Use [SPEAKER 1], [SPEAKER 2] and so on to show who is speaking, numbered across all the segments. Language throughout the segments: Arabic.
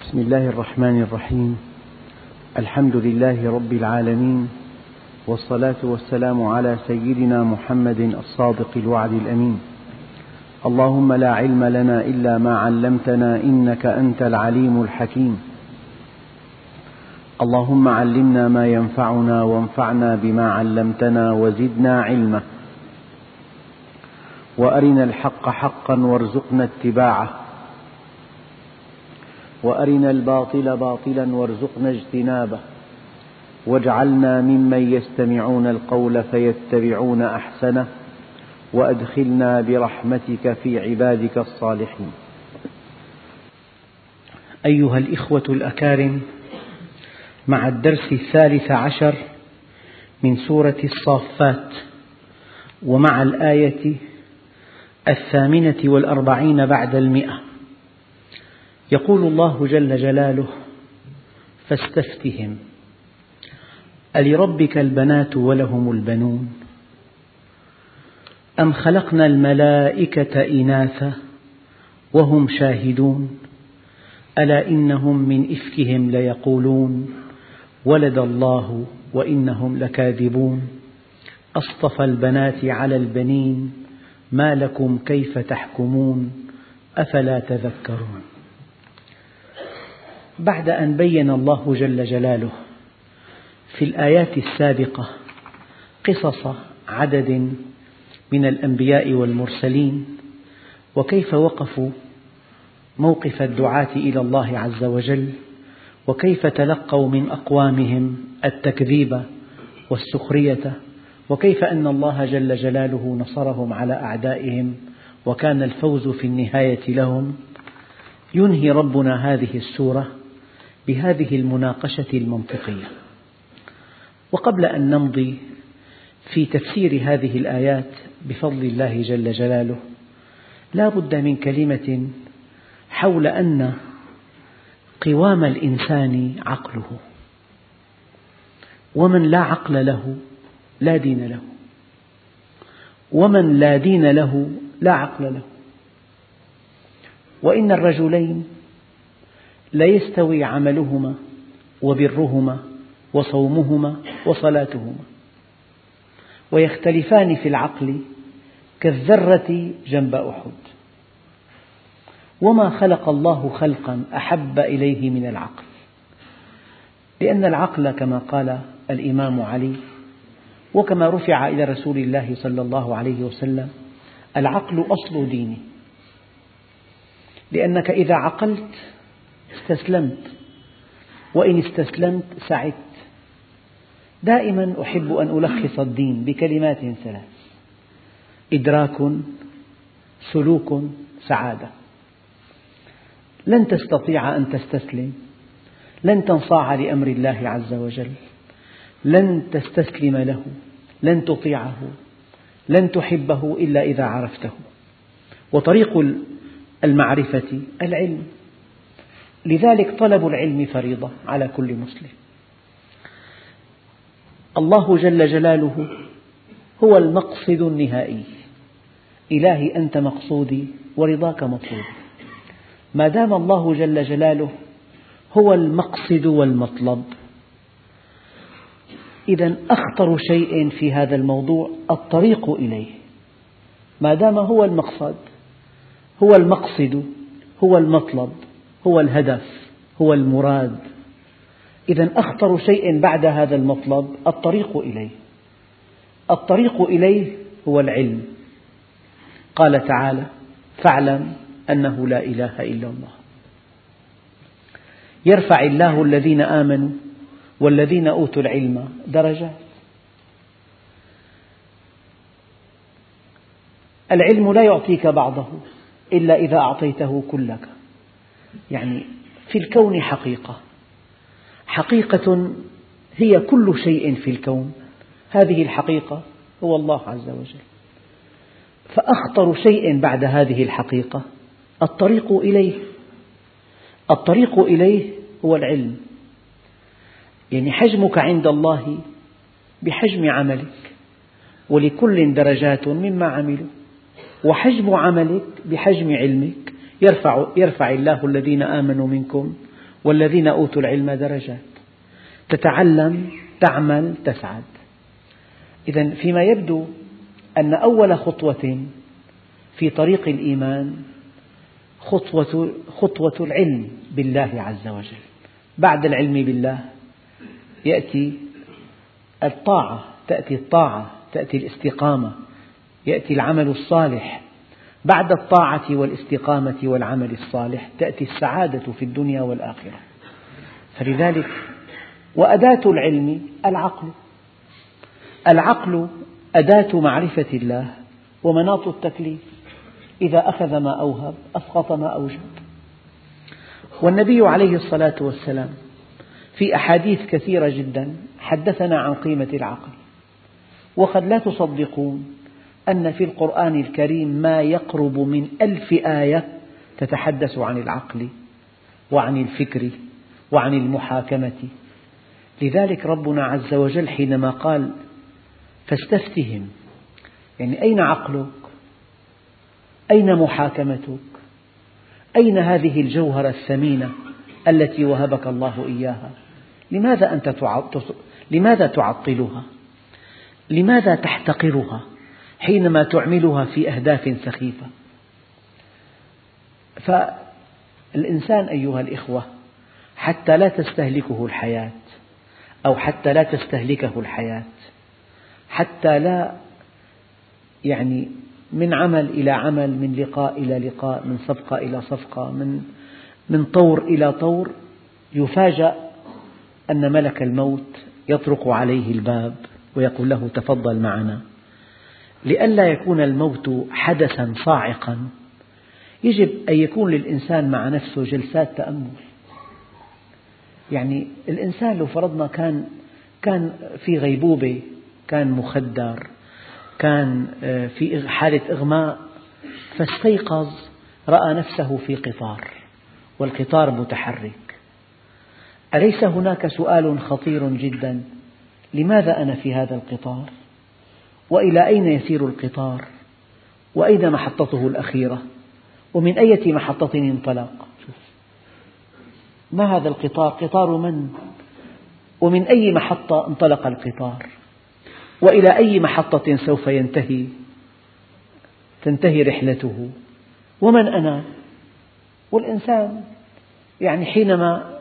[SPEAKER 1] بسم الله الرحمن الرحيم. الحمد لله رب العالمين، والصلاة والسلام على سيدنا محمد الصادق الوعد الأمين. اللهم لا علم لنا إلا ما علمتنا إنك أنت العليم الحكيم. اللهم علمنا ما ينفعنا وانفعنا بما علمتنا وزدنا علما، وأرنا الحق حقا وارزقنا اتباعه، وأرنا الباطل باطلا وارزقنا اجتنابه، واجعلنا ممن يستمعون القول فيتبعون أحسنه، وأدخلنا برحمتك في عبادك الصالحين. أيها الإخوة الأكارم، مع الدرس 13 من سورة الصافات، ومع الآية 48 بعد 100، يقول الله جل جلاله: فاستفتهم ألربك البنات ولهم البنون أم خلقنا الملائكة إناثا وهم شاهدون ألا إنهم من إفكهم ليقولون ولد الله وإنهم لكاذبون أصطفى البنات على البنين ما لكم كيف تحكمون أفلا تذكرون. بعد أن بين الله جل جلاله في الآيات السابقة قصص عدد من الأنبياء والمرسلين، وكيف وقفوا موقف الدعاة إلى الله عز وجل، وكيف تلقوا من أقوامهم التكذيب والسخرية، وكيف أن الله جل جلاله نصرهم على أعدائهم وكان الفوز في النهاية لهم، ينهي ربنا هذه السورة بهذه المناقشة المنطقية. وقبل أن نمضي في تفسير هذه الآيات بفضل الله جل جلاله، لا بد من كلمة حول أن قوام الإنسان عقله، ومن لا عقل له لا دين له، ومن لا دين له لا عقل له. وإن الرجلين لا يستوي عملهما وبرهما وصومهما وصلاتهما، ويختلفان في العقل كالذرة جنب أحد. وما خلق الله خلقا أحب إليه من العقل، لأن العقل كما قال الإمام علي وكما رفع إلى رسول الله صلى الله عليه وسلم: العقل أصل ديني، لأنك إذا عقلت استسلمت، وإن استسلمت سعدت. دائما أحب أن ألخص الدين بكلمات 3: إدراك، سلوك، سعادة. لن تستطيع أن تستسلم، لن تنصاع لأمر الله عز وجل، لن تستسلم له، لن تطيعه، لن تحبه إلا إذا عرفته. وطريق المعرفة العلم، لذلك طلب العلم فريضة على كل مسلم. الله جل جلاله هو المقصد النهائي. إلهي أنت مقصودي ورضاك مطلوبي. ما دام الله جل جلاله هو المقصد والمطلب، إذن أخطر شيء في هذا الموضوع الطريق إليه. ما دام هو المقصد، هو المقصد، هو المطلب، هو الهدف، هو المراد، إذن أخطر شيء بعد هذا المطلب الطريق إليه. الطريق إليه هو العلم. قال تعالى: فاعلم أنه لا إله إلا الله. يرفع الله الذين آمنوا والذين أوتوا العلم درجات. العلم لا يعطيك بعضه إلا إذا أعطيته كلك. يعني في الكون حقيقة هي كل شيء في الكون، هذه الحقيقة هو الله عز وجل. فأخطر شيء بعد هذه الحقيقة الطريق إليه. الطريق إليه هو العلم. يعني حجمك عند الله بحجم عملك، ولكل درجات مما عملوا، وحجم عملك بحجم علمك. يرفع الله الذين آمنوا منكم والذين أوتوا العلم درجات. تتعلم، تعمل، تسعد. إذن فيما يبدو أن أول خطوة في طريق الإيمان خطوة العلم بالله عز وجل. بعد العلم بالله يأتي الطاعة، تأتي الاستقامة، يأتي العمل الصالح. بعد الطاعة والاستقامة والعمل الصالح تأتي السعادة في الدنيا والآخرة. فلذلك وأداة العلم العقل أداة معرفة الله ومناط التكليف. إذا أخذ ما أوهب أسقط ما أوجب. والنبي عليه الصلاة والسلام في أحاديث كثيرة جدا حدثنا عن قيمة العقل. وقد لا تصدقون أن في القرآن الكريم ما يقرب من 1000 آية تتحدث عن العقل وعن الفكر وعن المحاكمة. لذلك ربنا عز وجل حينما قال فاستفتهم، يعني أين عقلك؟ أين محاكمتك؟ أين هذه الجوهرة الثمينة التي وهبك الله إياها؟ لماذا تعطلها؟ لماذا تحتقرها حينما تعملها في أهداف سخيفة؟ فالإنسان أيها الإخوة حتى لا تستهلكه الحياة أو حتى لا تستهلكه الحياة، حتى لا من عمل إلى عمل، من لقاء إلى لقاء، من صفقة إلى صفقة، من طور إلى طور، يفاجأ أن ملك الموت يطرق عليه الباب ويقول له تفضل معنا. لئلا يكون الموت حدثا صاعقا يجب أن يكون للإنسان مع نفسه جلسات تأمل. يعني الإنسان لو فرضنا كان في غيبوبة، كان مخدر، كان في حالة إغماء، فاستيقظ رأى نفسه في قطار والقطار متحرك. أليس هناك سؤال خطير جدا: لماذا أنا في هذا القطار؟ وإلى أين يسير القطار؟ وأين محطته الأخيرة؟ ومن أي محطة انطلق؟ ما هذا القطار؟ قطار من؟ ومن أي محطة انطلق القطار؟ وإلى أي محطة سوف تنتهي رحلته؟ ومن أنا؟ والإنسان حينما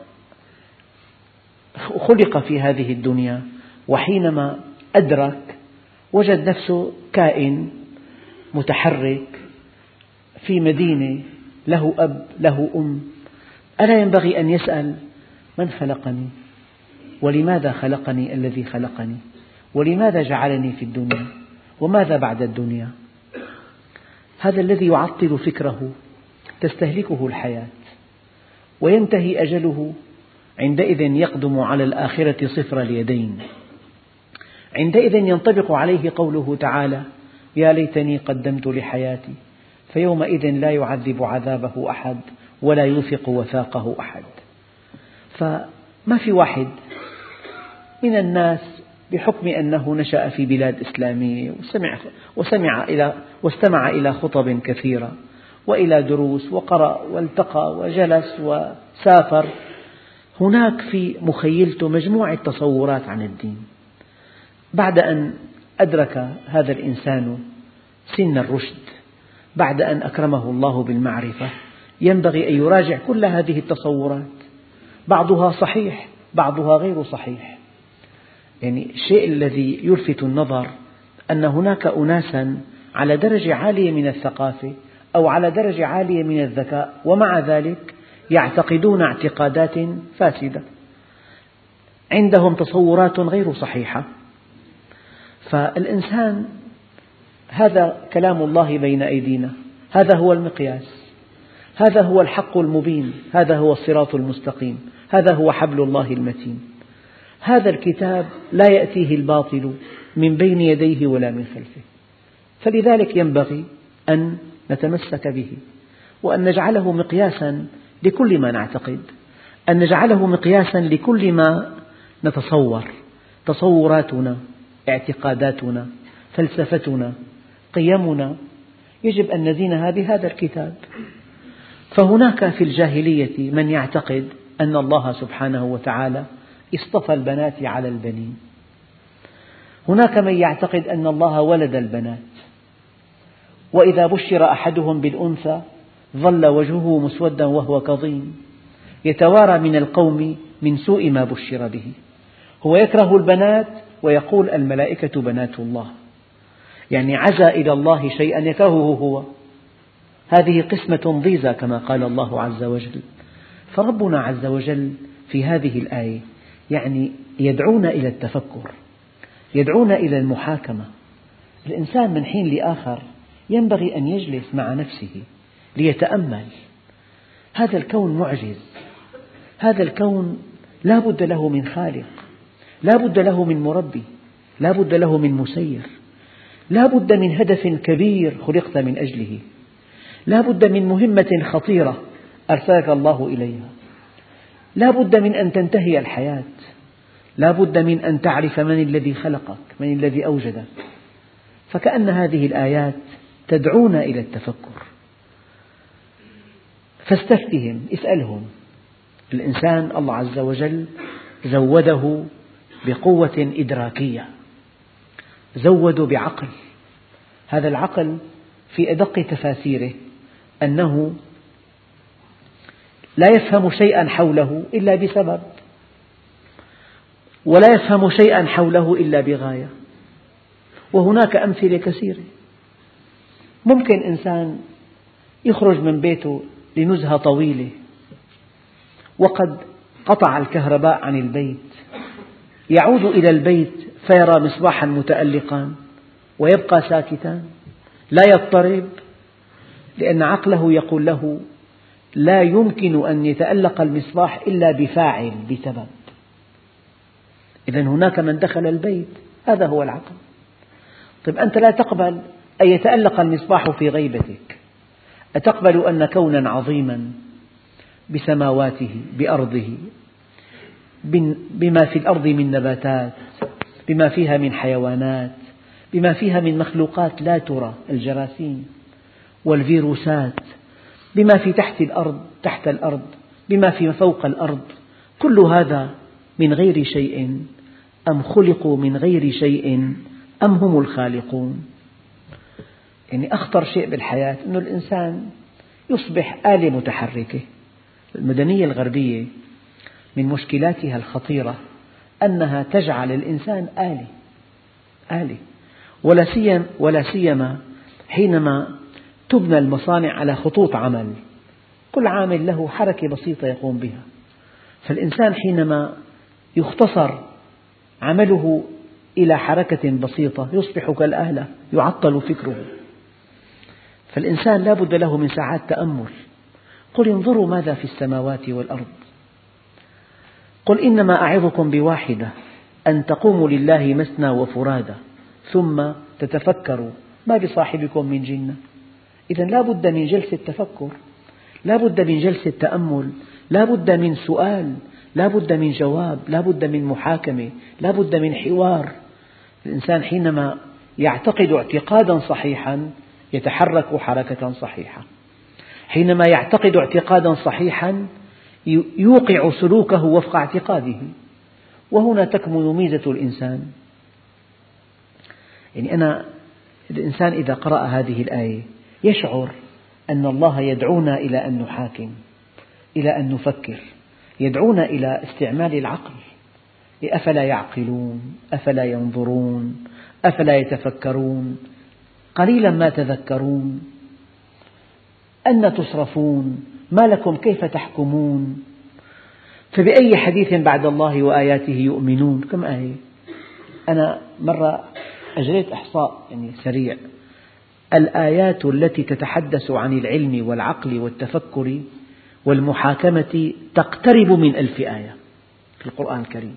[SPEAKER 1] خلق في هذه الدنيا وحينما أدرك وجد نفسه كائن متحرك في مدينة، له أب له أم. ألا ينبغي أن يسأل: من خلقني؟ ولماذا خلقني الذي خلقني؟ ولماذا جعلني في الدنيا؟ وماذا بعد الدنيا؟ هذا الذي يعطل فكره تستهلكه الحياة وينتهي أجله. عندئذ يقدم على الآخرة صفر اليدين. عندئذ ينطبق عليه قوله تعالى: يا ليتني قدمت لحياتي، فيومئذ لا يعذب عذابه أحد ولا يوثق وثاقه أحد. فما في واحد من الناس بحكم أنه نشأ في بلاد إسلامية واستمع إلى خطب كثيرة وإلى دروس وقرأ والتقى وجلس وسافر، هناك في مخيلته مجموعة تصورات عن الدين. بعد أن أدرك هذا الإنسان سن الرشد، بعد أن أكرمه الله بالمعرفة، ينبغي أن يراجع كل هذه التصورات. بعضها صحيح، بعضها غير صحيح. الشيء الذي يلفت النظر أن هناك أناسا على درجة عالية من الثقافة أو على درجة عالية من الذكاء، ومع ذلك يعتقدون اعتقادات فاسدة، عندهم تصورات غير صحيحة. فالإنسان، هذا كلام الله بين أيدينا، هذا هو المقياس، هذا هو الحق المبين، هذا هو الصراط المستقيم، هذا هو حبل الله المتين. هذا الكتاب لا يأتيه الباطل من بين يديه ولا من خلفه. فلذلك ينبغي أن نتمسك به وأن نجعله مقياسا لكل ما نعتقد، أن نجعله مقياسا لكل ما نتصور. تصوراتنا، اعتقاداتنا، فلسفتنا، قيمنا يجب أن نزينها بهذا الكتاب. فهناك في الجاهلية من يعتقد أن الله سبحانه وتعالى اصطفى البنات على البنين. هناك من يعتقد أن الله ولد البنات، وإذا بشر أحدهم بالأنثى ظل وجهه مسودا وهو كظيم يتوارى من القوم من سوء ما بشر به. هو يكره البنات ويقول الملائكة بنات الله، يعني عزا إلى الله شيئا يكرهه هو. هذه قسمة ضيزى كما قال الله عز وجل. فربنا عز وجل في هذه الآية يعني يدعونا إلى التفكر، يدعونا إلى المحاكمة. الإنسان من حين لآخر ينبغي أن يجلس مع نفسه ليتأمل. هذا الكون معجز، هذا الكون لا بد له من خالق، لا بد له من مربي، لا بد له من مسير، لا بد من هدف كبير خلقت من أجله، لا بد من مهمة خطيرة أرسلك الله إليها، لا بد من أن تنتهي الحياة، لا بد من أن تعرف من الذي خلقك، من الذي أوجدك. فكأن هذه الآيات تدعونا إلى التفكر. فاستفتهم، اسألهم. الإنسان الله عز وجل زوده بقوة إدراكية، زوده بعقل. هذا العقل في أدق تفاسيره أنه لا يفهم شيئا حوله إلا بسبب، ولا يفهم شيئا حوله إلا بغاية. وهناك أمثلة كثيرة. ممكن إنسان يخرج من بيته لنزهة طويلة وقد قطع الكهرباء عن البيت، يعود إلى البيت فيرى مصباحا متألقا ويبقى ساكتا لا يضطرب، لأن عقله يقول له لا يمكن أن يتألق المصباح إلا بفاعل، بسبب. إذن هناك من دخل البيت، هذا هو العقل. طيب أنت لا تقبل أن يتألق المصباح في غيبتك، أتقبل أن كونا عظيما بسماواته بأرضه بما في الأرض من نباتات، بما فيها من حيوانات، بما فيها من مخلوقات لا ترى، الجراثيم والفيروسات، بما في تحت الأرض، بما في فوق الأرض، كل هذا من غير شيء أم خلقوا من غير شيء أم هم الخالقون؟ يعني أخطر شيء بالحياة أن الإنسان يصبح آلة متحركة. المدنية الغربية من مشكلاتها الخطيرة أنها تجعل الإنسان آلة، ولا سيما حينما تبنى المصانع على خطوط عمل، كل عامل له حركة بسيطة يقوم بها. فالإنسان حينما يختصر عمله إلى حركة بسيطة يصبح كالآلة، يعطل فكره. فالإنسان لا بد له من ساعات تأمل. قل انظروا ماذا في السماوات والأرض. قل إنما أعظكم بواحدة أن تقوموا لله مثنى وفرادى ثم تتفكروا ما بصاحبكم من جنة. إذن لا بد من جلسة تفكر، لا بد من جلسة تأمل، لا بد من سؤال، لا بد من جواب، لا بد من محاكمة، لا بد من حوار. الإنسان حينما يعتقد اعتقادا صحيحا يتحرك حركة صحيحة، حينما يعتقد اعتقادا صحيحا يوقع سلوكه وفق اعتقاده. وهنا تكمن ميزة الإنسان. يعني الإنسان إذا قرأ هذه الآية يشعر أن الله يدعونا إلى أن نحاكم، إلى أن نفكر، يدعونا إلى استعمال العقل. أفلا يعقلون، أفلا ينظرون، أفلا يتفكرون، قليلا ما تذكرون، أن تصرفون، ما لكم كيف تحكمون، فبأي حديث بعد الله وآياته يؤمنون. كم آية. أنا مرة أجريت إحصاء يعني سريع، الآيات التي تتحدث عن العلم والعقل والتفكر والمحاكمة تقترب من 1000 آية في القرآن الكريم.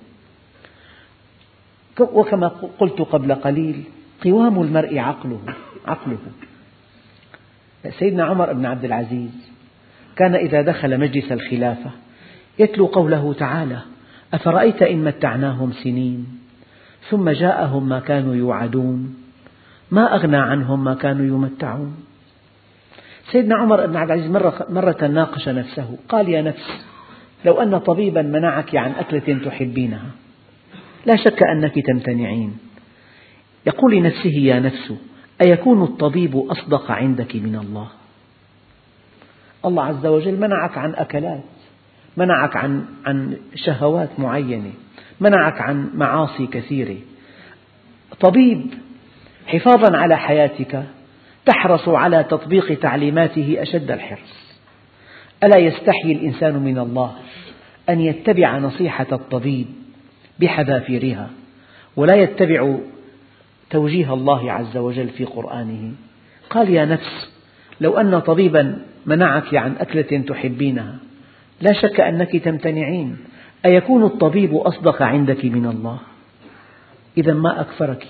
[SPEAKER 1] وكما قلت قبل قليل قوام المرء عقله. سيدنا عمر بن عبد العزيز كان إذا دخل مجلس الخلافة يتلو قوله تعالى: أفرأيت إن متعناهم سنين ثم جاءهم ما كانوا يوعدون ما أغنى عنهم ما كانوا يمتعون. سيدنا عمر بن عبد العزيز مرة ناقش نفسه قال: يا نفس، لو أن طبيبا منعك عن أكلة تحبينها لا شك أنك تمتنعين. يقول لنفسه: يا نفس أيكون الطبيب أصدق عندك من الله؟ الله عز وجل منعك عن أكلات، منعك عن شهوات معينة، منعك عن معاصي كثيرة. طبيب حفاظا على حياتك تحرص على تطبيق تعليماته أشد الحرص. ألا يستحيي الإنسان من الله أن يتبع نصيحة الطبيب بحذافيرها ولا يتبع توجيه الله عز وجل في قرآنه؟ قال: يا نفس لو أن طبيبا منعك عن أكلة تحبينها لا شك أنك تمتنعين، أيكون الطبيب أصدق عندك من الله؟ إذا ما أكفرك.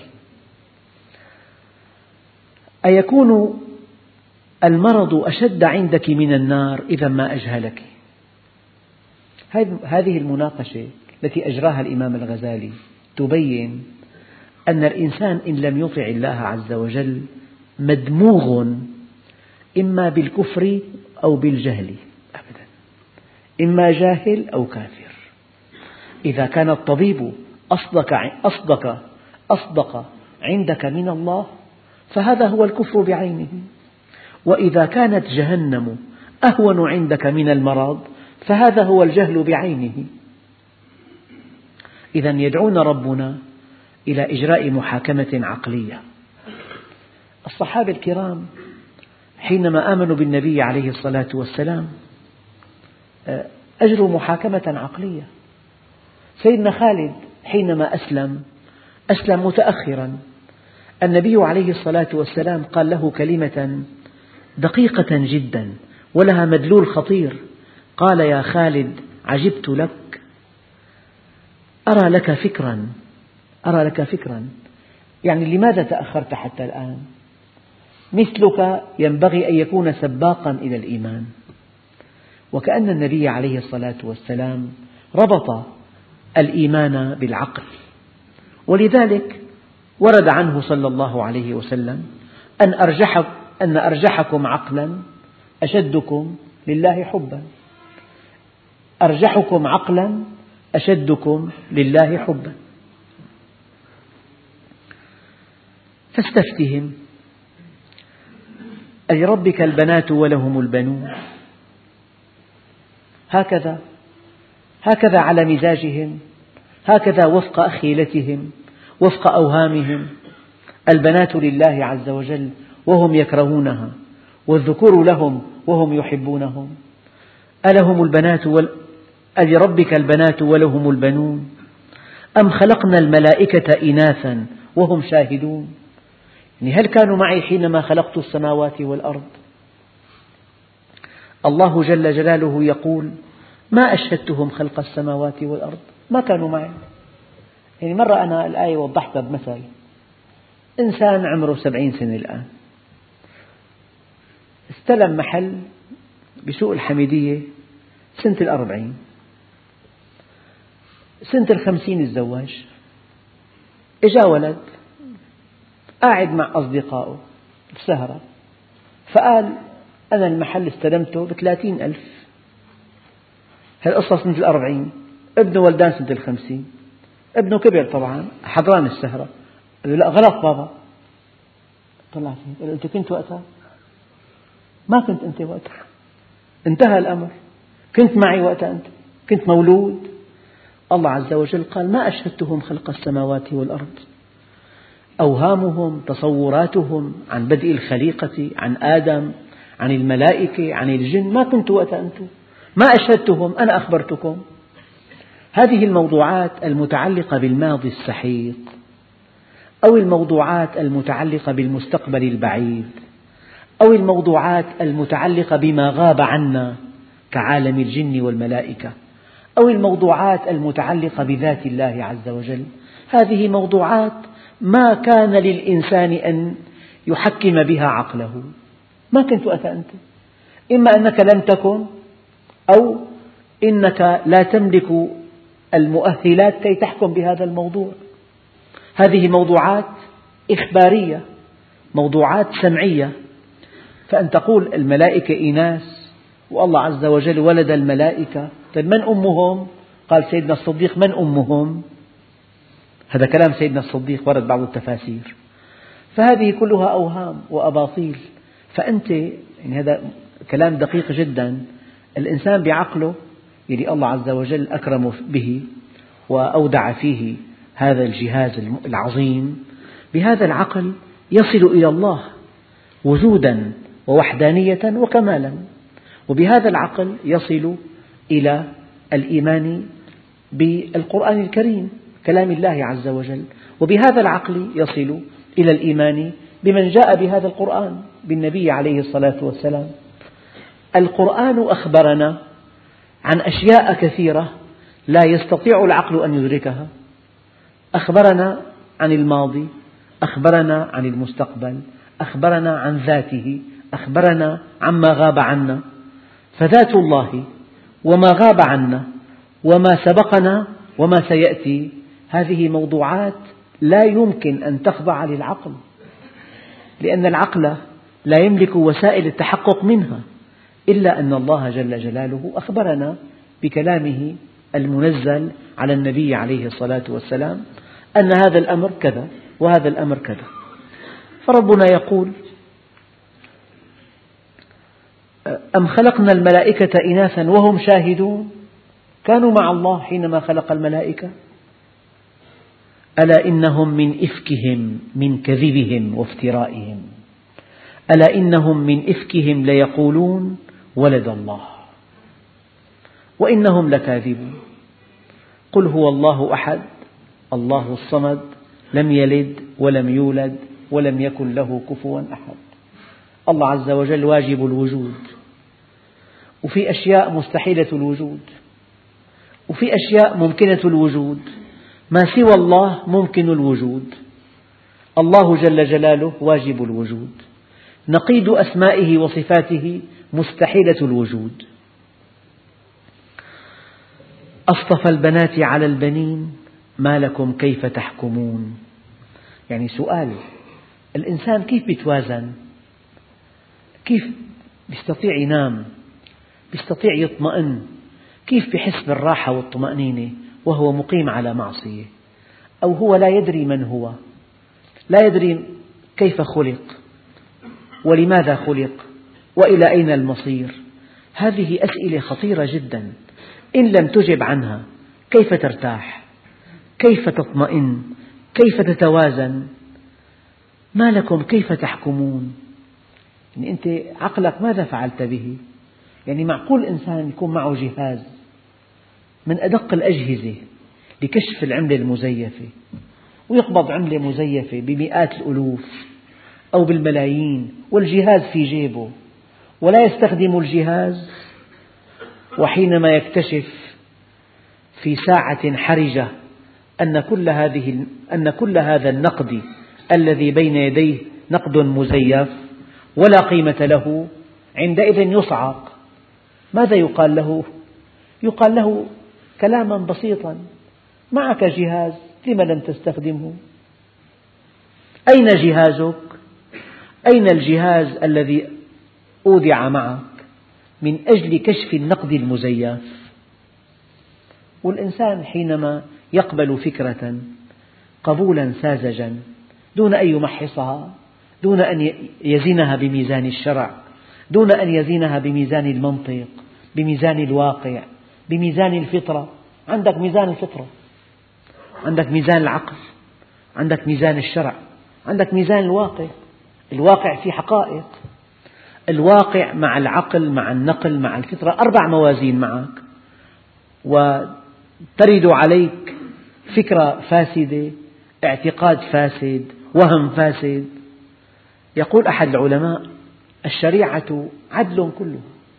[SPEAKER 1] أيكون المرض أشد عندك من النار؟ إذا ما أجهلك. هذه المناقشة التي أجراها الإمام الغزالي تبين أن الإنسان إن لم يطع الله عز وجل مدموغ إما بالكفر أو بالجهل، أبدا، إما جاهل أو كافر. إذا كان الطبيب أصدق عندك من الله فهذا هو الكفر بعينه، وإذا كانت جهنم أهون عندك من المرض فهذا هو الجهل بعينه. إذا يدعونا ربنا إلى إجراء محاكمة عقلية. الصحابة الكرام حينما آمنوا بالنبي عليه الصلاة والسلام أجروا محاكمة عقلية. سيدنا خالد حينما أسلم متأخرا. النبي عليه الصلاة والسلام قال له كلمة دقيقة جدا ولها مدلول خطير. قال: يا خالد عجبت لك، أرى لك فكرا، يعني لماذا تأخرت حتى الآن؟ مثلك ينبغي أن يكون سباقا إلى الإيمان. وكأن النبي عليه الصلاة والسلام ربط الإيمان بالعقل، ولذلك ورد عنه صلى الله عليه وسلم أن أرجحكم عقلا أشدكم لله حبا. أرجحكم عقلا أشدكم لله حبا. فاستفتهم ألربك البنات ولهم البنون. هكذا على مزاجهم، هكذا وفق أخيلتهم، وفق أوهامهم. البنات لله عز وجل وهم يكرهونها، والذكور لهم وهم يحبونهم. ألربك البنات ولهم البنون أم خلقنا الملائكة إناثا وهم شاهدون. يعني هل كانوا معي حينما خلقت السماوات والأرض؟ الله جل جلاله يقول: ما أشهدتهم خلق السماوات والأرض، ما كانوا معي. يعني مرة أنا الآية وضحتها بمثل. إنسان عمره 70 سنة الآن، استلم محل بسوق الحميدية سنة 40، سنة 50 الزواج، إجا ولد قاعد مع أصدقائه بسهرة، فقال: أنا المحل استلمته ب30,000. هالقصة سنة 40، ابنه ولدان سنة 50، ابنه كبر طبعا حضران السهرة. قال له: لا غلط بابا. طلع فيه قال له: أنت كنت وقتها؟ ما كنت أنت وقتها، انتهى الأمر، كنت معي وقتها، أنت كنت مولود. الله عز وجل قال: ما أشهدتهم خلق السماوات والأرض. أوهامهم، تصوراتهم عن بدء الخليقة، عن آدم، عن الملائكة، عن الجن، ما كنت وقتها أنتم، ما أشهدتهم، أنا أخبرتكم. هذه الموضوعات المتعلقة بالماضي السحيق أو الموضوعات المتعلقة بالمستقبل البعيد أو الموضوعات المتعلقة بما غاب عنا كعالم الجن والملائكة أو الموضوعات المتعلقة بذات الله عز وجل، هذه موضوعات ما كان للإنسان أن يحكم بها عقله. ما كنت وقتها أنت، إما أنك لم تكن أو إنك لا تملك المؤهلات كي تحكم بهذا الموضوع. هذه موضوعات إخبارية، موضوعات سمعية. فأن تقول الملائكة إناث والله عز وجل ولد الملائكة. طيب من أمهم؟ قال سيدنا الصديق: من أمهم؟ هذا كلام سيدنا الصديق ورد بعض التفاسير. فهذه كلها أوهام وأباطيل. فأنت يعني هذا كلام دقيق جدا. الإنسان بعقله يلي الله عز وجل أكرمه به وأودع فيه هذا الجهاز العظيم، بهذا العقل يصل إلى الله وجودا ووحدانية وكمالا، وبهذا العقل يصل إلى الإيمان بالقرآن الكريم كلام الله عز وجل، وبهذا العقل يصل إلى الإيمان بمن جاء بهذا القرآن بالنبي عليه الصلاة والسلام. القرآن أخبرنا عن أشياء كثيرة لا يستطيع العقل أن يدركها. أخبرنا عن الماضي، أخبرنا عن المستقبل، أخبرنا عن ذاته، أخبرنا عما غاب عنا. فذات الله وما غاب عنا وما سبقنا وما سيأتي، هذه موضوعات لا يمكن أن تخضع للعقل، لأن العقل لا يملك وسائل التحقق منها، إلا أن الله جل جلاله أخبرنا بكلامه المنزل على النبي عليه الصلاة والسلام أن هذا الأمر كذا وهذا الأمر كذا. فربنا يقول: أم خلقنا الملائكة إناثا وهم شاهدون. كانوا مع الله حينما خلق الملائكة. ألا إنهم من إفكهم، من كذبهم وافترائهم، ألا إنهم من إفكهم ليقولون ولد الله وإنهم لكاذبون. قل هو الله أحد الله الصمد لم يلد ولم يولد ولم يكن له كفوا أحد. الله عز وجل واجب الوجود، وفي أشياء مستحيلة الوجود، وفي أشياء ممكنة الوجود. ما سوى الله ممكن الوجود. الله جل جلاله واجب الوجود، نقيض أسمائه وصفاته مستحيلة الوجود. أصطفى البنات على البنين ما لكم كيف تحكمون. يعني سؤال: الإنسان كيف يتوازن؟ كيف يستطيع ينام؟ يستطيع يطمئن؟ كيف يحس بالراحة والطمأنينة وهو مقيم على معصية؟ أو هو لا يدري من هو، لا يدري كيف خلق ولماذا خلق وإلى أين المصير. هذه أسئلة خطيرة جدا. إن لم تجب عنها كيف ترتاح؟ كيف تطمئن؟ كيف تتوازن؟ ما لكم كيف تحكمون. يعني أنت عقلك ماذا فعلت به؟ يعني معقول إنسان يكون معه جهاز من أدق الأجهزة لكشف العملة المزيفة ويقبض عملة مزيفة بمئات الألوف أو بالملايين والجهاز في جيبه ولا يستخدم الجهاز، وحينما يكتشف في ساعة حرجة أن كل هذا النقد الذي بين يديه نقد مزيف ولا قيمة له، عندئذ يصعق. ماذا يقال له؟ يقال له كلاما بسيطا: معك جهاز لم لم تستخدمه؟ أين جهازك؟ أين الجهاز الذي أودع معك من أجل كشف النقد المزيف؟ والإنسان حينما يقبل فكرة قبولا ساذجا دون أن يمحصها، دون أن يزنها بميزان الشرع، دون أن يزنها بميزان المنطق، بميزان الواقع، بميزان الفطرة. عندك ميزان الفطرة، عندك ميزان العقل، عندك ميزان الشرع، عندك ميزان الواقع. الواقع فيه حقائق. الواقع مع العقل مع النقل مع الفطرة 4 موازين معك، وترد عليك فكرة فاسدة، اعتقاد فاسد، وهم فاسد. يقول أحد العلماء: الشريعة عدل كلها،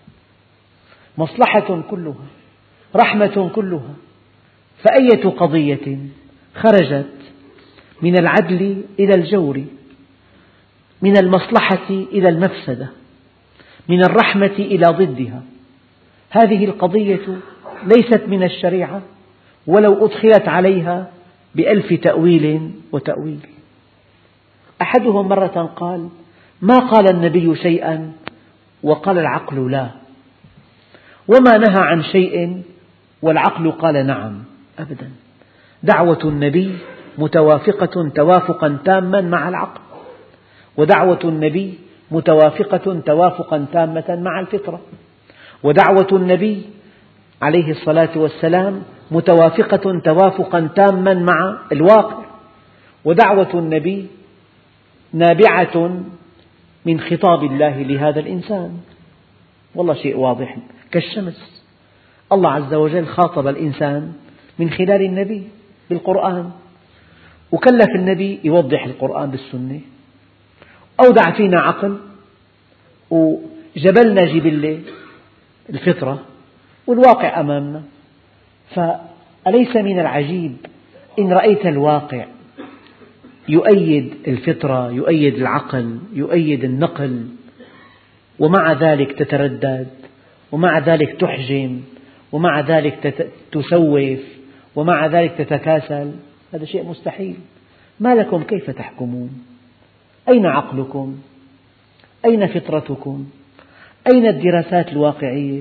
[SPEAKER 1] مصلحة كلها، رحمة كلها، فأية قضية خرجت من العدل إلى الجور، من المصلحة إلى المفسدة، من الرحمة إلى ضدها، هذه القضية ليست من الشريعة ولو أدخلت عليها ب1000 تأويل وتأويل. أحدهم مرة قال: ما قال النبي شيئا وقال العقل لا. وما نهى عن شيء والعقل قال نعم، أبدا. دعوة النبي متوافقة توافقا تاما مع العقل، ودعوة النبي متوافقة توافقا تاما مع الفطرة، ودعوة النبي عليه الصلاة والسلام متوافقة توافقا تاما مع الواقع، ودعوة النبي نابعة من خطاب الله لهذا الإنسان. والله شيء واضح كالشمس. الله عز وجل خاطب الإنسان من خلال النبي بالقرآن، وكلف النبي يوضح القرآن بالسنة، أودع فينا عقل وجبلنا جبلة الفطرة والواقع أمامنا. فأليس من العجيب إن رأيت الواقع يؤيد الفطرة، يؤيد العقل، يؤيد النقل، ومع ذلك تتردد، ومع ذلك تحجم، ومع ذلك تسوف، ومع ذلك تتكاسل؟ هذا شيء مستحيل. ما لكم كيف تحكمون؟ أين عقلكم؟ أين فطرتكم؟ أين الدراسات الواقعية؟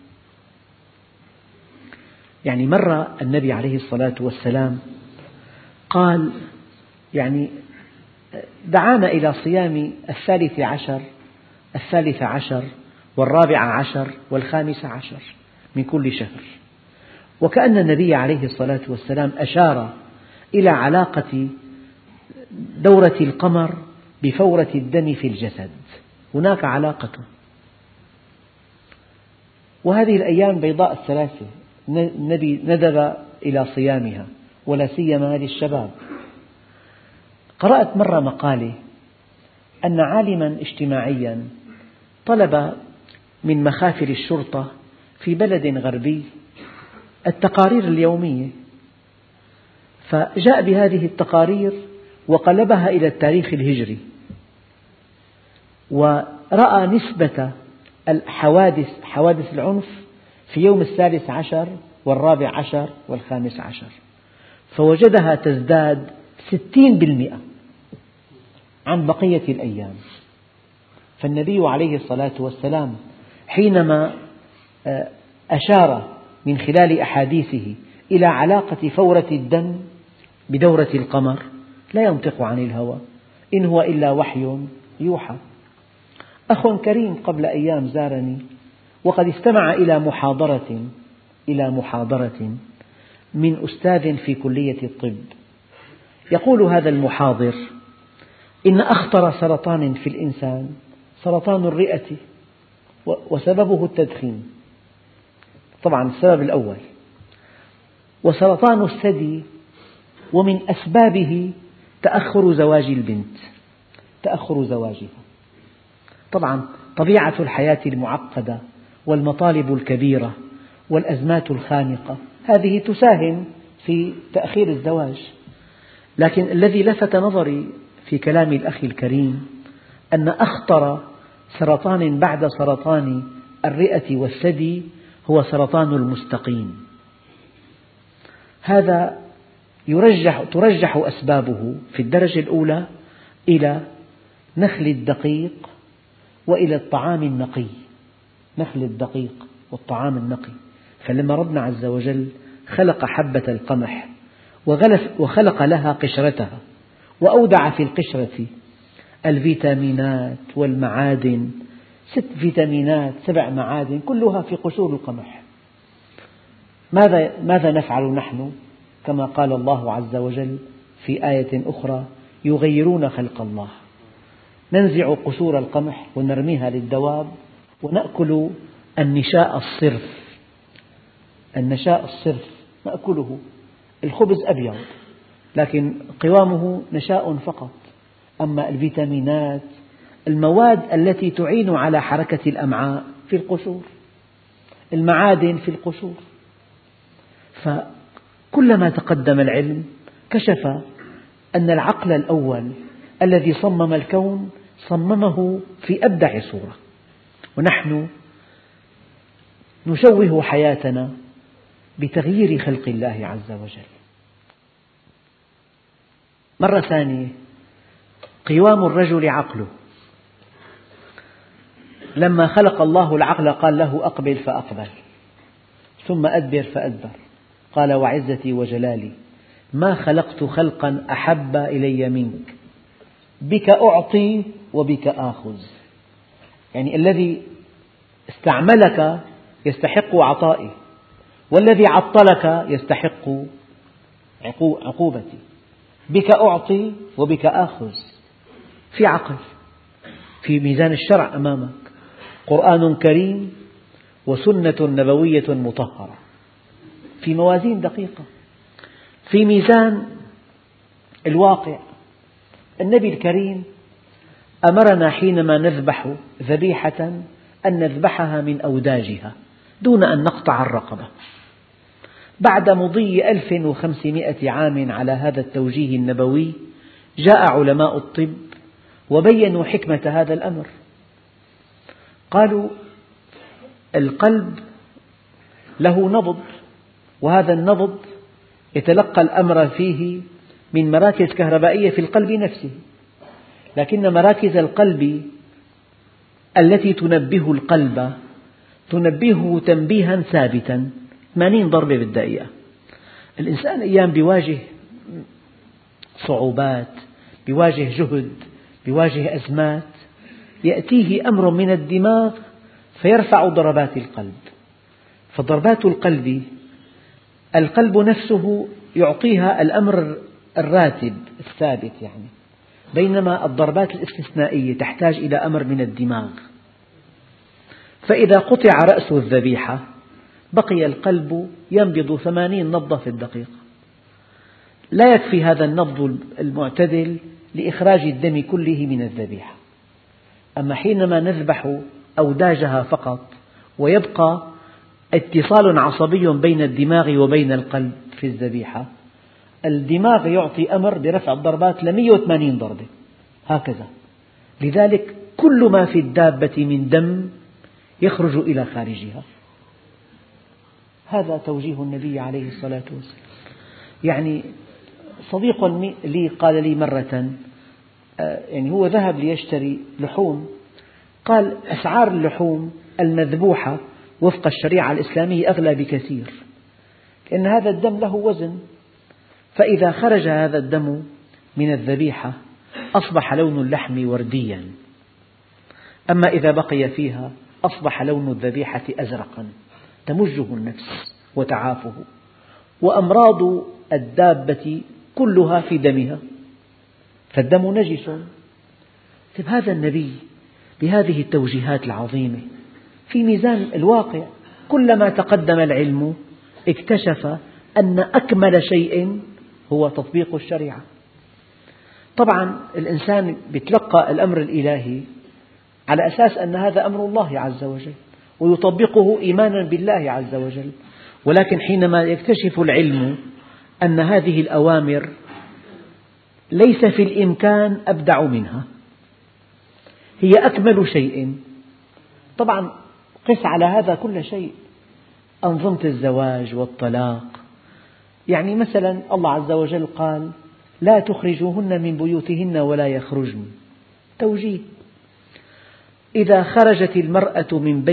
[SPEAKER 1] يعني مرة النبي عليه الصلاة والسلام قال دعانا إلى صيام 13 14 و14 و15 من كل شهر، وكأن النبي عليه الصلاة والسلام أشار إلى علاقة دورة القمر بفورة الدم في الجسد، هناك علاقة. وهذه الأيام بيضاء الثلاثة، النبي ندب إلى صيامها، ولا سيما للشباب. قرأت مرة مقالة أن عالما اجتماعيا طلب من مخافر الشرطة في بلد غربي التقارير اليومية، فجاء بهذه التقارير وقلبها إلى التاريخ الهجري، ورأى نسبة حوادث العنف في يوم 13 و14 و15، فوجدها تزداد 60% عن بقية الأيام. فالنبي عليه الصلاة والسلام حينما أشار من خلال أحاديثه إلى علاقة فورة الدم بدورة القمر لا ينطق عن الهوى، إن هو إلا وحي يوحى. أخ كريم قبل أيام زارني وقد استمع إلى محاضرة من أستاذ في كلية الطب. يقول هذا المحاضر إن أخطر سرطان في الإنسان سرطان الرئة، وسببه التدخين، طبعا السبب الأول، وسرطان الثدي، ومن أسبابه تأخر زواج البنت، تأخر زواجها. طبعا طبيعة الحياة المعقدة والمطالب الكبيرة والأزمات الخانقة هذه تساهم في تأخير الزواج، لكن الذي لفت نظري في كلام الأخ الكريم أن أخطر سرطان بعد سرطان الرئة والثدي هو سرطان المستقيم. هذا ترجح أسبابه في الدرجة الأولى إلى نخل الدقيق وإلى الطعام النقي، نخل الدقيق والطعام النقي. فلما ربنا عز وجل خلق حبة القمح وخلق لها قشرتها، وأودع في القشرة الفيتامينات والمعادن، 6 فيتامينات 7 معادن كلها في قشور القمح. ماذا نفعل نحن؟ كما قال الله عز وجل في آية أخرى: يغيرون خلق الله. ننزع قشور القمح ونرميها للدواب ونأكل النشاء الصرف نأكله. الخبز أبيض لكن قوامه نشاء فقط، أما الفيتامينات، المواد التي تعين على حركة الأمعاء في القشور، المعادن في القشور. فكلما تقدم العلم كشف أن العقل الأول الذي صمم الكون صممه في أبدع صورة، ونحن نشوه حياتنا بتغيير خلق الله عز وجل. مرة ثانية، قوام الرجل عقله. لما خلق الله العقل قال له أقبل فأقبل، ثم أدبر فأدبر، قال وعزتي وجلالي ما خلقت خلقا أحب إلي منك، بك أعطي وبك آخذ. يعني الذي استعملك يستحق عطائي، والذي عطلك يستحق عقوبتي. بك أعطي وبك آخذ، في عقل، في ميزان الشرع أمامك، قرآن كريم وسنة نبوية مطهرة، في موازين دقيقة، في ميزان الواقع. النبي الكريم أمرنا حينما نذبح ذبيحة أن نذبحها من أوداجها دون أن نقطع الرقبة. بعد مضي 1500 عام على هذا التوجيه النبوي جاء علماء الطب وبينوا حكمة هذا الأمر. قالوا القلب له نبض، وهذا النبض يتلقى الأمر فيه من مراكز كهربائية في القلب نفسه، لكن مراكز القلب التي تنبه القلب تنبهه تنبيها ثابتا 80 ضربة بالدقيقة. الإنسان أيام بيواجه صعوبات، بيواجه جهد، بيواجه أزمات، يأتيه أمر من الدماغ فيرفع ضربات القلب. فضربات القلب نفسه يعطيها الأمر الراتب الثابت يعني، بينما الضربات الاستثنائية تحتاج إلى أمر من الدماغ. فإذا قطع رأس الذبيحة بقي القلب ينبض 80 نبضة في الدقيقة. لا يكفي هذا النبض المعتدل لإخراج الدم كله من الذبيحة. أما حينما نذبح أوداجها فقط ويبقى اتصال عصبي بين الدماغ وبين القلب في الذبيحة، الدماغ يعطي أمر برفع الضربات 180 ضربة هكذا. لذلك كل ما في الدابة من دم يخرج إلى خارجها. هذا توجيه النبي عليه الصلاة والسلام. يعني صديق لي قال لي مرة، يعني هو ذهب ليشتري لحوم، قال أسعار اللحوم المذبوحة وفق الشريعة الإسلامية أغلى بكثير، لأن هذا الدم له وزن، فإذا خرج هذا الدم من الذبيحة أصبح لون اللحم ورديا، أما إذا بقي فيها أصبح لون الذبيحة أزرقا تمجه النفس وتعافه. وأمراض الدابة كلها في دمها، فالدم نجس. هذا النبي بهذه التوجيهات العظيمة في ميزان الواقع، كلما تقدم العلم اكتشف أن أكمل شيء هو تطبيق الشريعة. طبعا الإنسان يتلقى الأمر الإلهي على أساس أن هذا أمر الله عز وجل ويطبقه إيمانا بالله عز وجل، ولكن حينما يكتشف العلم أن هذه الأوامر ليس في الإمكان أبدع منها، هي أكمل شيء. طبعا قس على هذا كل شيء، أنظمة الزواج والطلاق. يعني مثلا الله عز وجل قال لا تخرجوهن من بيوتهن ولا يخرجن، توجيه. إذا خرجت المرأة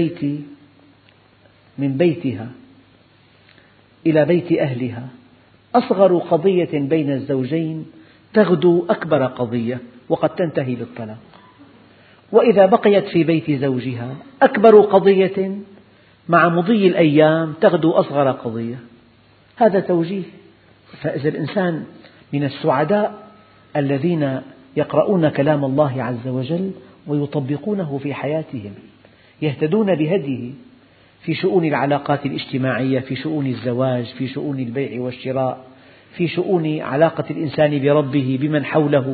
[SPEAKER 1] من بيتها إلى بيت أهلها أصغر قضية بين الزوجين تغدو أكبر قضية وقد تنتهي بالطلاق، وإذا بقيت في بيت زوجها أكبر قضية مع مضي الأيام تغدو أصغر قضية. هذا توجيه. فإذا الإنسان من السعداء الذين يقرؤون كلام الله عز وجل ويطبقونه في حياتهم، يهتدون بهديه في شؤون العلاقات الاجتماعية، في شؤون الزواج، في شؤون البيع والشراء، في شؤون علاقة الإنسان بربه بمن حوله.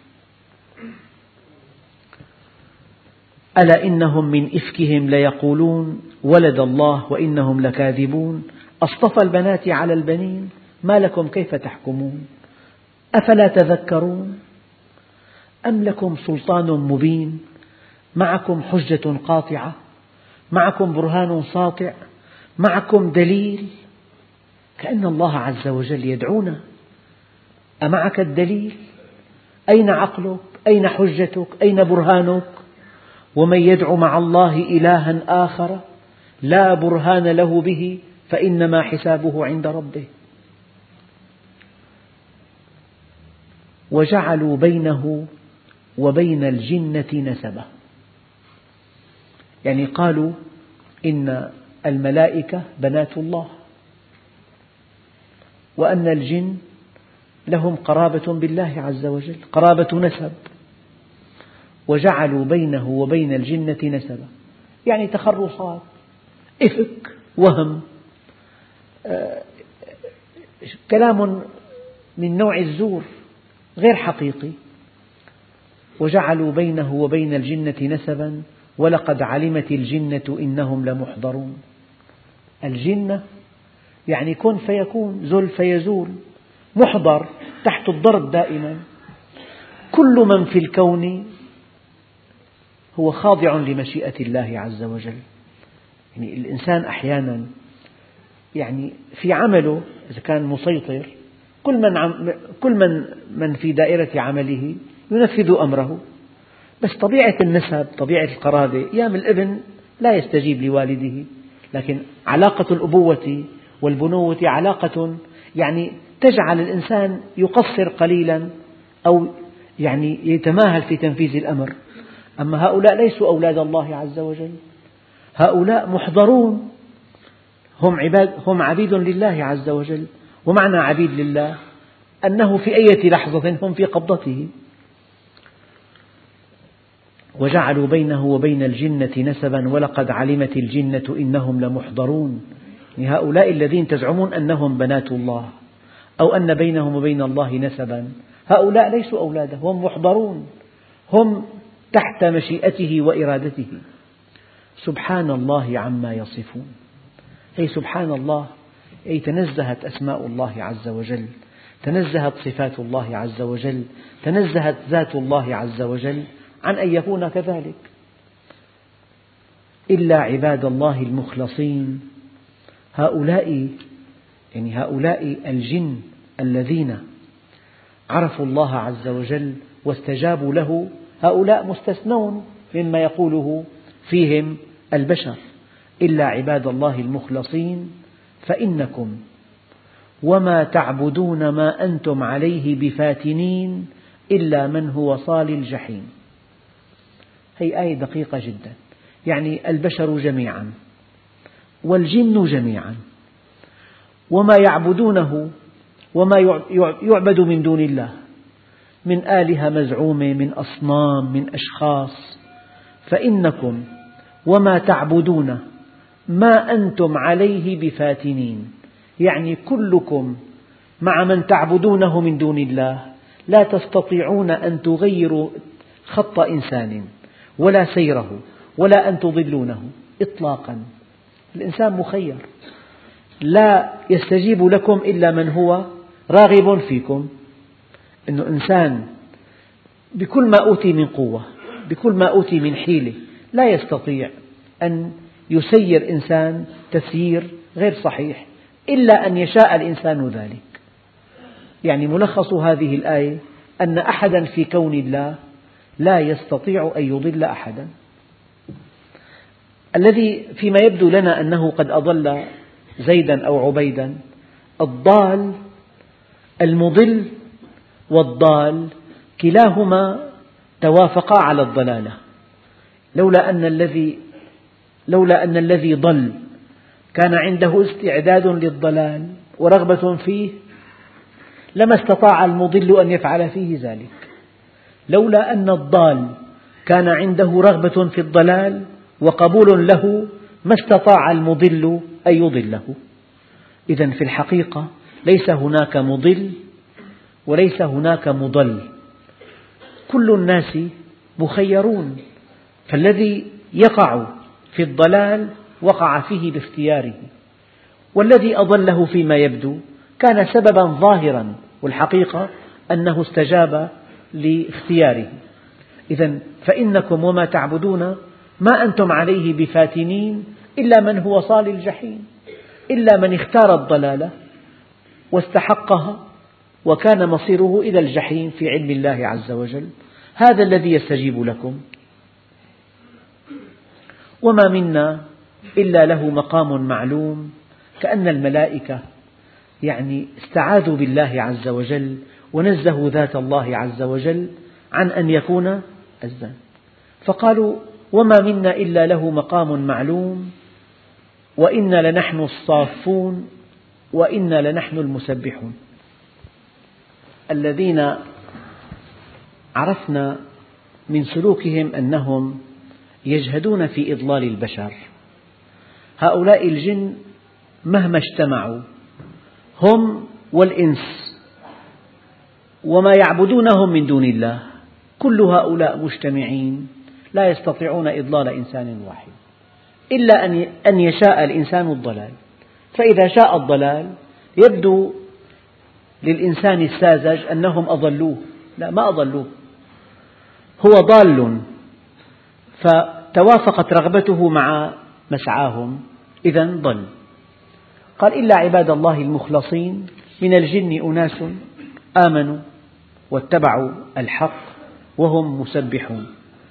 [SPEAKER 1] ألا إنهم من إفكهم ليقولون ولد الله وإنهم لكاذبون أصطفى البنات على البنين ما لكم كيف تحكمون أفلا تذكرون أم لكم سلطان مبين معكم حجة قاطعة معكم برهان ساطع معكم دليل. كأن الله عز وجل يدعونا، أمعك الدليل؟ أين عقلك؟ أين حجتك؟ أين برهانك؟ ومن يدع مع الله إلها آخر لا برهان له به فإنما حسابه عند ربه. وجعلوا بينه وبين الجنة نسبا، يعني قالوا إن الملائكة بنات الله، وأن الجن لهم قرابة بالله عز وجل، قرابة نسب. وجعلوا بينه وبين الجنة نسبا، يعني تخرصات، إفك، وهم، كلام من نوع الزور غير حقيقي. وجعلوا بينه وبين الجنة نسبا ولقد علمت الجنة إنهم لمحضرون. الجنة يعني كن فيكون، زل فيزول، محضر، تحت الضرب دائما. كل من في الكون هو خاضع لمشيئة الله عز وجل. يعني الإنسان أحيانا يعني في عمله إذا كان مسيطر، كل من في دائرة عمله ينفذ أمره، بس طبيعة النسب، طبيعة القرابة، أيام الابن لا يستجيب لوالده، لكن علاقة الأبوة والبنوة علاقة يعني تجعل الإنسان يقصر قليلا أو يعني يتماهل في تنفيذ الأمر. أما هؤلاء ليسوا أولاد الله عز وجل، هؤلاء محضرون، هم عبيد لله عز وجل. ومعنى عبيد لله أنه في أي لحظة هم في قبضته. وجعلوا بينه وبين الجنة نسبا ولقد علمت الجنة إنهم لمحضرون. يعني هؤلاء الذين تزعمون أنهم بنات الله أو أن بينهم وبين الله نسبا، هؤلاء ليسوا أولاده، هم محضرون، هم تحت مشيئته وإرادته. سبحان الله عما يصفون. أي سبحان الله، أي تنزهت أسماء الله عز وجل، تنزهت صفات الله عز وجل، تنزهت ذات الله عز وجل عن أن يكون كذلك. إلا عباد الله المخلصين، هؤلاء الجن الذين عرفوا الله عز وجل واستجابوا له، هؤلاء مستثنون مما يقوله فيهم البشر. إلا عباد الله المخلصين فإنكم وما تعبدون ما أنتم عليه بفاتنين إلا من هو صال الجحيم. هذه آية دقيقة جدا. يعني البشر جميعا والجن جميعا، وما يعبدونه وما يعبد من دون الله من آلهة مزعومة، من أصنام، من أشخاص، فإنكم وما تعبدون ما أنتم عليه بفاتنين، يعني كلكم مع من تعبدونه من دون الله لا تستطيعون أن تغيروا خط إنسان ولا سيره ولا أن تضلونه إطلاقا. الإنسان مخير، لا يستجيب لكم إلا من هو راغب فيكم. إنه إنسان بكل ما أوتي من قوة، بكل ما أوتي من حيلة، لا يستطيع أن يسير إنسان تسيير غير صحيح إلا أن يشاء الإنسان ذلك. يعني ملخص هذه الآية أن أحدا في كون الله لا يستطيع أن يضل أحدا. الذي فيما يبدو لنا أنه قد أضل زيدا أو عبيدا، الضال المضل والضال كلاهما توافقا على الضلالة. لولا أن الذي ضل كان عنده استعداد للضلال ورغبة فيه لما استطاع المضل أن يفعل فيه ذلك. لولا أن الضال كان عنده رغبة في الضلال وقبول له ما استطاع المضل أن يضله. إذن في الحقيقة ليس هناك مضل وليس هناك مضل، كل الناس مخيرون، فالذي يقع في الضلال وقع فيه باختياره، والذي أضله فيما يبدو كان سببا ظاهرا، والحقيقة أنه استجاب لاختياره. إذن فإنكم وما تعبدون ما أنتم عليه بفاتنين إلا من هو صال الجحيم، إلا من اختار الضلالة واستحقها وكان مصيره إلى الجحيم في علم الله عز وجل، هذا الذي يستجيب لكم. وما منا إلا له مقام معلوم كأن الملائكة استعاذوا بالله عز وجل ونزهوا ذات الله عز وجل عن أن يكون أزا، فقالوا وما منا إلا له مقام معلوم وإنا لنحن الصافون وإنا لنحن المسبحون. الذين عرفنا من سلوكهم أنهم يجهدون في إضلال البشر، هؤلاء الجن مهما اجتمعوا هم والإنس وما يعبدونهم من دون الله، كل هؤلاء مجتمعين لا يستطيعون إضلال إنسان واحد، إلا أن يشاء الإنسان الضلال، فإذا شاء الضلال يبدو للإنسان الساذج أنهم أضلوه، لا، ما أضلوه، هو ضال، فتوافقت رغبته مع مسعاهم، إذا ضل. قال إلا عباد الله المخلصين من الجن أناس آمنوا واتبعوا الحق وهم مسبحون.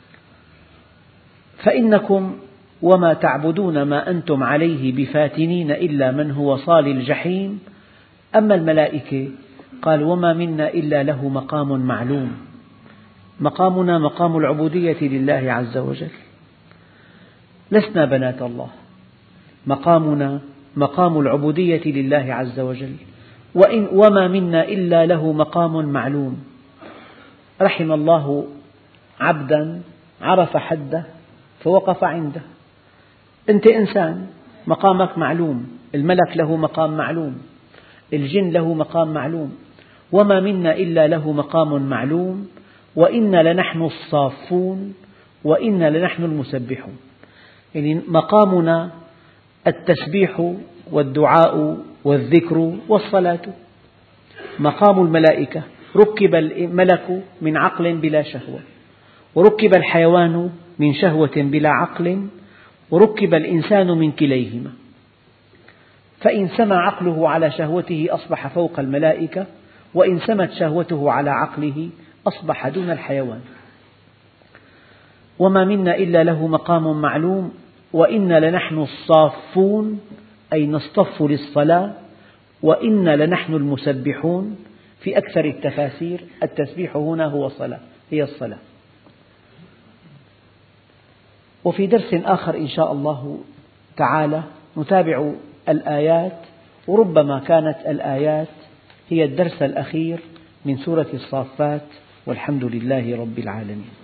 [SPEAKER 1] فإنكم وما تعبدون ما أنتم عليه بفاتنين إلا من هو صال الجحيم. أما الملائكة قال وما منا إلا له مقام معلوم، مقامنا مقام العبودية لله عز وجل، لسنا بنات الله، مقامنا مقام العبودية لله عز وجل، وما منا إلا له مقام معلوم. رحم الله عبدا عرف حده فوقف عنده. أنت إنسان مقامك معلوم، الملك له مقام معلوم، الجن له مقام معلوم، وما منا إلا له مقام معلوم وإنا لنحن الصافون وإنا لنحن المسبحون. يعني مقامنا التسبيح والدعاء والذكر والصلاة. مقام الملائكة ركب الملك من عقل بلا شهوة، وركب الحيوان من شهوة بلا عقل، وركب الإنسان من كليهما، فإن سمى عقله على شهوته أصبح فوق الملائكة، وإن سمت شهوته على عقله أصبح دون الحيوان. وما منا إلا له مقام معلوم وإنا لنحن الصافون، أي نصطف للصلاة، وإنا لنحن المسبحون. في أكثر التفاسير التسبيح هنا هي الصلاة. وفي درس آخر إن شاء الله تعالى نتابع الآيات، وربما كانت الآيات هي الدرس الأخير من سورة الصافات، والحمد لله رب العالمين.